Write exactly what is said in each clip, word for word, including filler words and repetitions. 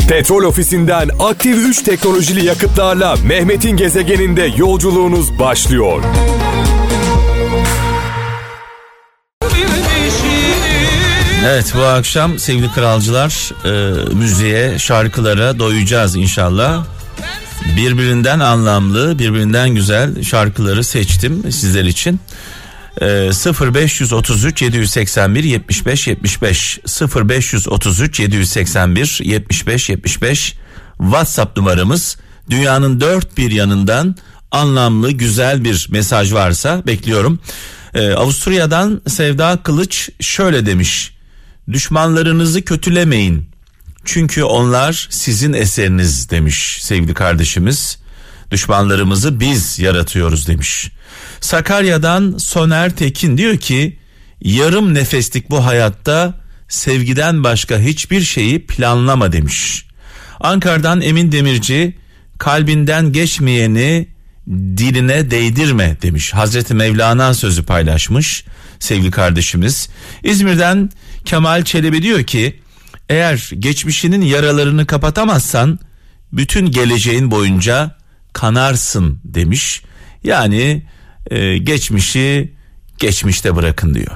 Petrol Ofisi'nden aktif üç teknolojili yakıtlarla Mehmet'in gezegeninde yolculuğunuz başlıyor. Evet, bu akşam sevgili kralcılar e, müziğe, şarkılara doyacağız inşallah. Birbirinden anlamlı, birbirinden güzel şarkıları seçtim sizler için. E, sıfır beş otuz üç yedi seksen bir yetmiş beş yetmiş beş sıfır beş otuz üç yedi seksen bir yetmiş beş yetmiş beş WhatsApp numaramız. Dünyanın dört bir yanından anlamlı, güzel bir mesaj varsa bekliyorum. E, Avusturya'dan Sevda Kılıç şöyle demiş: düşmanlarınızı kötülemeyin, çünkü onlar sizin eseriniz demiş sevgili kardeşimiz. Düşmanlarımızı biz yaratıyoruz demiş. Sakarya'dan Soner Tekin diyor ki, yarım nefeslik bu hayatta sevgiden başka hiçbir şeyi planlama demiş. Ankara'dan Emin Demirci, kalbinden geçmeyeni diline değdirme demiş. Hazreti Mevlana sözü paylaşmış sevgili kardeşimiz. İzmir'den Kemal Çelebi diyor ki, eğer geçmişinin yaralarını kapatamazsan bütün geleceğin boyunca kanarsın demiş. Yani e, geçmişi geçmişte bırakın diyor.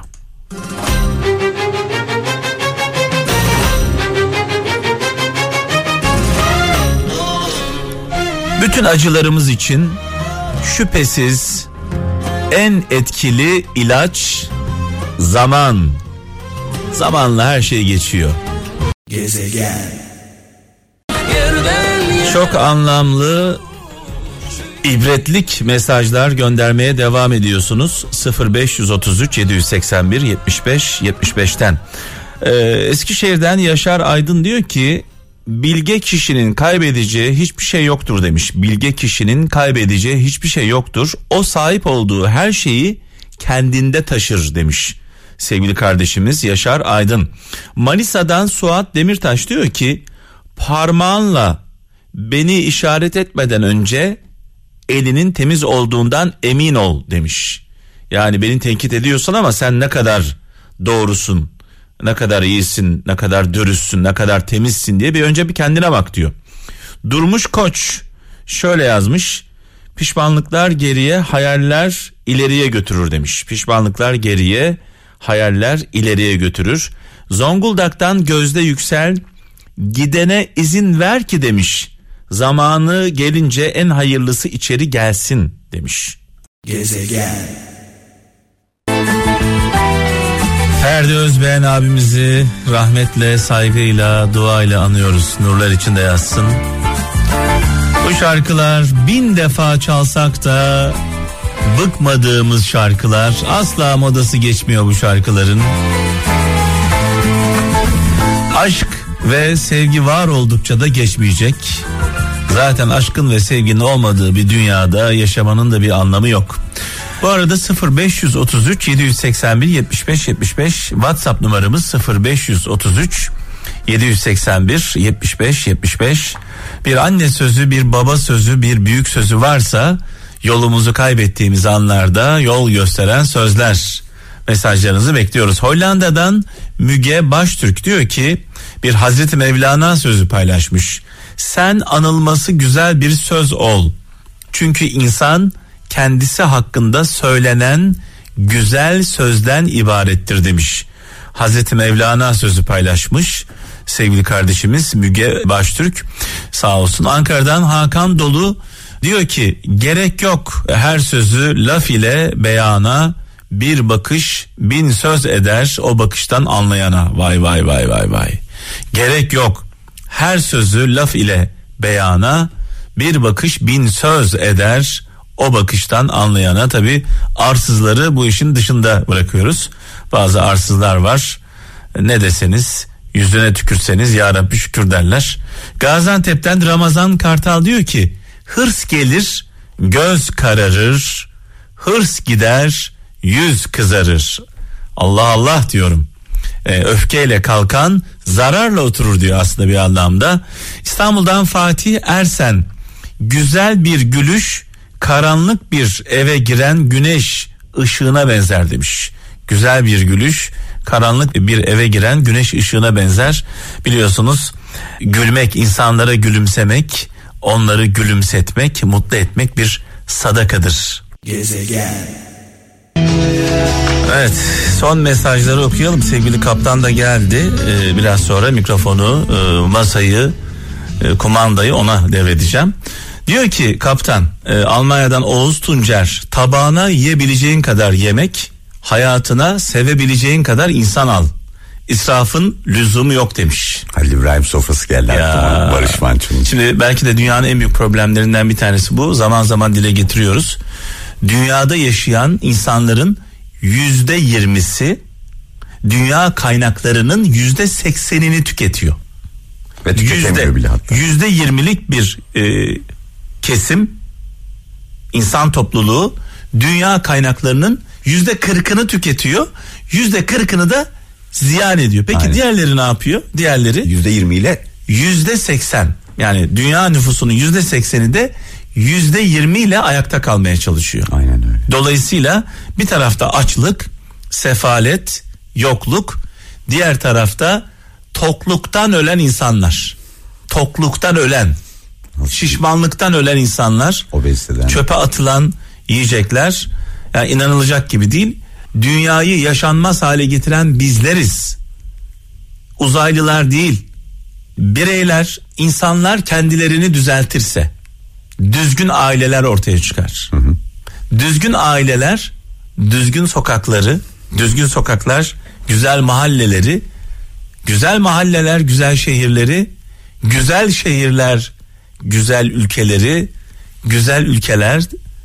Bütün acılarımız için şüphesiz en etkili ilaç zaman. Zamanla her şey geçiyor. Gezegen. Çok anlamlı, ibretlik mesajlar göndermeye devam ediyorsunuz. sıfır beş otuz üç yedi seksen bir yetmiş beş yetmiş beşten. Ee, Eskişehir'den Yaşar Aydın diyor ki, bilge kişinin kaybedeceği hiçbir şey yoktur demiş. Bilge kişinin kaybedeceği hiçbir şey yoktur. O sahip olduğu her şeyi kendinde taşır demiş sevgili kardeşimiz Yaşar Aydın. Manisa'dan Suat Demirtaş diyor ki, parmağınla beni işaret etmeden önce elinin temiz olduğundan emin ol demiş. Yani beni tenkit ediyorsun ama sen ne kadar doğrusun, ne kadar iyisin, ne kadar dürüstsün, ne kadar temizsin diye bir önce bir kendine bak diyor. Durmuş Koç şöyle yazmış: pişmanlıklar geriye, hayaller ileriye götürür demiş. Pişmanlıklar geriye, hayaller ileriye götürür. Zonguldak'tan Gözde Yüksel, gidene izin ver ki demiş, zamanı gelince en hayırlısı içeri gelsin demiş. Gezegen. Ferdi Özbeğen abimizi rahmetle, saygıyla, duayla anıyoruz. Nurlar içinde yatsın. Bu şarkılar bin defa çalsak da bıkmadığımız şarkılar. Asla modası geçmiyor bu şarkıların. Aşk ve sevgi var oldukça da geçmeyecek. Zaten aşkın ve sevginin olmadığı bir dünyada yaşamanın da bir anlamı yok. Bu arada sıfır beş otuz üç yedi seksen bir yetmiş beş yetmiş beş WhatsApp numaramız sıfır beş otuz üç yedi seksen bir yetmiş beş yetmiş beş. Bir anne sözü, bir baba sözü, bir büyük sözü varsa yolumuzu kaybettiğimiz anlarda yol gösteren sözler. Mesajlarınızı bekliyoruz. Hollanda'dan Müge Baştürk diyor ki, bir Hazreti Mevlana sözü paylaşmış. Sen anılması güzel bir söz ol. Çünkü insan kendisi hakkında söylenen güzel sözden ibarettir demiş. Hazreti Mevlana sözü paylaşmış sevgili kardeşimiz Müge Baştürk, sağ olsun. Ankara'dan Hakan Dolu diyor ki, gerek yok her sözü laf ile beyana, bir bakış bin söz eder o bakıştan anlayana. Vay vay vay vay vay. Gerek yok her sözü laf ile beyana, bir bakış bin söz eder o bakıştan anlayana. Tabi arsızları bu işin dışında bırakıyoruz. Bazı arsızlar var, ne deseniz, yüzüne tükürseniz ya Rabbi şükür derler. Gaziantep'ten Ramazan Kartal diyor ki, hırs gelir göz kararır, hırs gider yüz kızarır. Allah Allah diyorum. Ee, öfkeyle kalkan zararla oturur diyor aslında bir anlamda. İstanbul'dan Fatih Ersen, güzel bir gülüş karanlık bir eve giren güneş ışığına benzer demiş. Güzel bir gülüş karanlık bir eve giren güneş ışığına benzer. Biliyorsunuz gülmek, insanlara gülümsemek, onları gülümsetmek, mutlu etmek bir sadakadır. Gezegen. Evet, son mesajları okuyalım. Sevgili kaptan da geldi. Ee, biraz sonra mikrofonu, e, masayı, e, kumandayı ona devredeceğim. Diyor ki kaptan, e, Almanya'dan Oğuz Tuncer, tabağına yiyebileceğin kadar yemek, hayatına sevebileceğin kadar insan al. İsrafın lüzumu yok demiş. Halil İbrahim sofrası geldi aklıma, Barış Manço'nun. Şimdi belki de dünyanın en büyük problemlerinden bir tanesi bu. Zaman zaman dile getiriyoruz. Dünyada yaşayan insanların yüzde yirmisi dünya kaynaklarının yüzde seksenini tüketiyor. Ve tüketemiyor bile hatta. Yüzde yirmilik bir e, kesim, insan topluluğu dünya kaynaklarının yüzde kırkını tüketiyor. Yüzde kırkını da ziyan ediyor. Peki aynen. Diğerleri ne yapıyor? Diğerleri yüzde yirmi ile yüzde seksen, yani dünya nüfusunun yüzde sekseni de yüzde yirmi ile ayakta kalmaya çalışıyor. Aynen öyle. Dolayısıyla bir tarafta açlık, sefalet, yokluk, diğer tarafta tokluktan ölen insanlar. Tokluktan ölen, nasıl? Şişmanlıktan ölen insanlar, obeziteden, çöpe atılan yiyecekler, yani inanılacak gibi değil. Dünyayı yaşanmaz hale getiren bizleriz. Uzaylılar değil. Bireyler, insanlar kendilerini düzeltirse düzgün aileler ortaya çıkar. Hı hı. Düzgün aileler, düzgün sokakları, düzgün sokaklar, güzel mahalleleri, güzel mahalleler, güzel şehirleri, güzel şehirler, güzel ülkeleri, güzel ülkeler,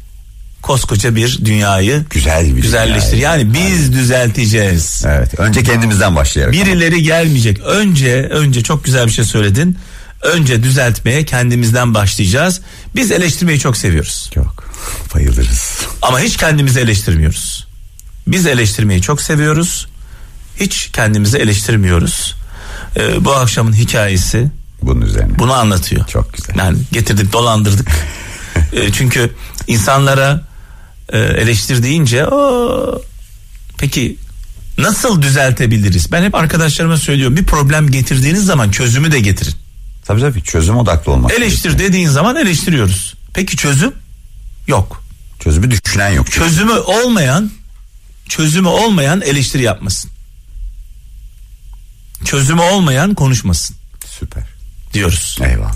koskoca bir dünyayı güzel bir güzelleştir. Dünyayı. Yani biz evet. düzelteceğiz. Evet. Önce kendimizden başlayarak. Birileri ama. gelmeyecek. Önce önce çok güzel bir şey söyledin. Önce düzeltmeye kendimizden başlayacağız. Biz eleştirmeyi çok seviyoruz. Çok. Bayılırız. Ama hiç kendimizi eleştirmiyoruz. Biz eleştirmeyi çok seviyoruz. Hiç kendimizi eleştirmiyoruz. Ee, bu akşamın hikayesi bunun üzerine. Bunu anlatıyor. Çok güzel. Yani getirdik, dolandırdık. e, çünkü insanlara e, eleştir deyince o peki nasıl düzeltebiliriz? Ben hep arkadaşlarıma söylüyorum. Bir problem getirdiğiniz zaman çözümü de getirin. Tabii tabii, çözüm odaklı olmak. Eleştir gerekiyor. Dediğin zaman eleştiriyoruz. Peki çözüm? Yok. Çözümü düşünen yok. Çözümü olmayan, çözümü olmayan eleştiri yapmasın. Çözümü olmayan konuşmasın. Süper. Diyoruz. Eyvallah.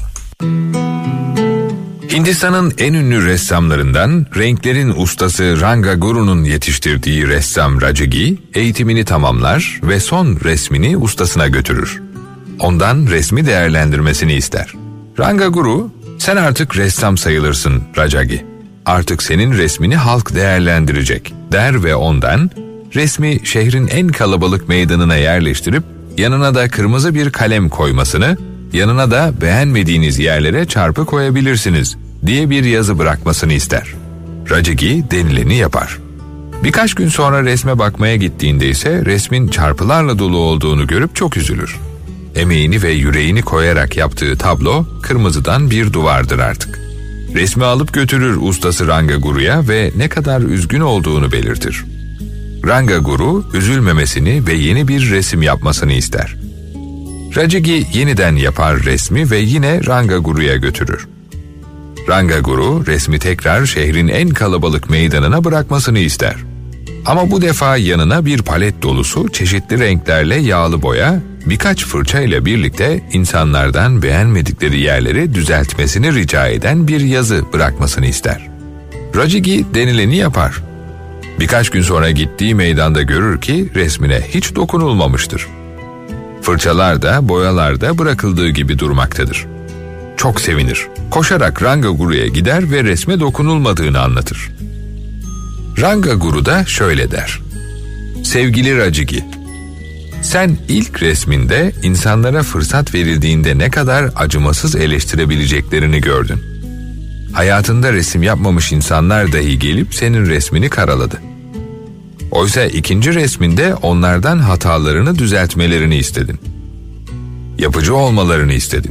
Hindistan'ın en ünlü ressamlarından, renklerin ustası Ranga Guru'nun yetiştirdiği ressam Rajagi eğitimini tamamlar ve son resmini ustasına götürür. Ondan resmi değerlendirmesini ister. Ranga Guru, "Sen artık ressam sayılırsın Rajagi. Artık senin resmini halk değerlendirecek," der ve ondan resmi şehrin en kalabalık meydanına yerleştirip yanına da kırmızı bir kalem koymasını, yanına da beğenmediğiniz yerlere çarpı koyabilirsiniz diye bir yazı bırakmasını ister. Rajagi denileni yapar. Birkaç gün sonra resme bakmaya gittiğinde ise resmin çarpılarla dolu olduğunu görüp çok üzülür. Emeğini ve yüreğini koyarak yaptığı tablo kırmızıdan bir duvardır artık. Resmi alıp götürür ustası Ranga Guru'ya ve ne kadar üzgün olduğunu belirtir. Ranga Guru üzülmemesini ve yeni bir resim yapmasını ister. Rajagi yeniden yapar resmi ve yine Ranga Guru'ya götürür. Ranga Guru resmi tekrar şehrin en kalabalık meydanına bırakmasını ister. Ama bu defa yanına bir palet dolusu çeşitli renklerle yağlı boya, birkaç fırça ile birlikte insanlardan beğenmedikleri yerleri düzeltmesini rica eden bir yazı bırakmasını ister. Rajagi denileni yapar. Birkaç gün sonra gittiği meydanda görür ki resmine hiç dokunulmamıştır. Fırçalar da boyalar da bırakıldığı gibi durmaktadır. Çok sevinir. Koşarak Ranga Guru'ya gider ve resme dokunulmadığını anlatır. Ranga Guru da şöyle der: "Sevgili Rajagi, sen ilk resminde insanlara fırsat verildiğinde ne kadar acımasız eleştirebileceklerini gördün. Hayatında resim yapmamış insanlar dahi gelip senin resmini karaladı. Oysa ikinci resminde onlardan hatalarını düzeltmelerini istedin. Yapıcı olmalarını istedin.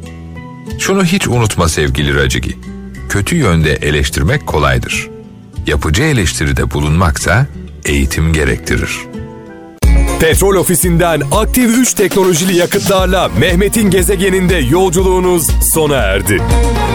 Şunu hiç unutma sevgili Rajagi. Kötü yönde eleştirmek kolaydır. Yapıcı eleştiride bulunmaksa eğitim gerektirir." Petrol Ofisi'nden Aktif üç teknolojili yakıtlarla Mehmet'in gezegeninde yolculuğunuz sona erdi.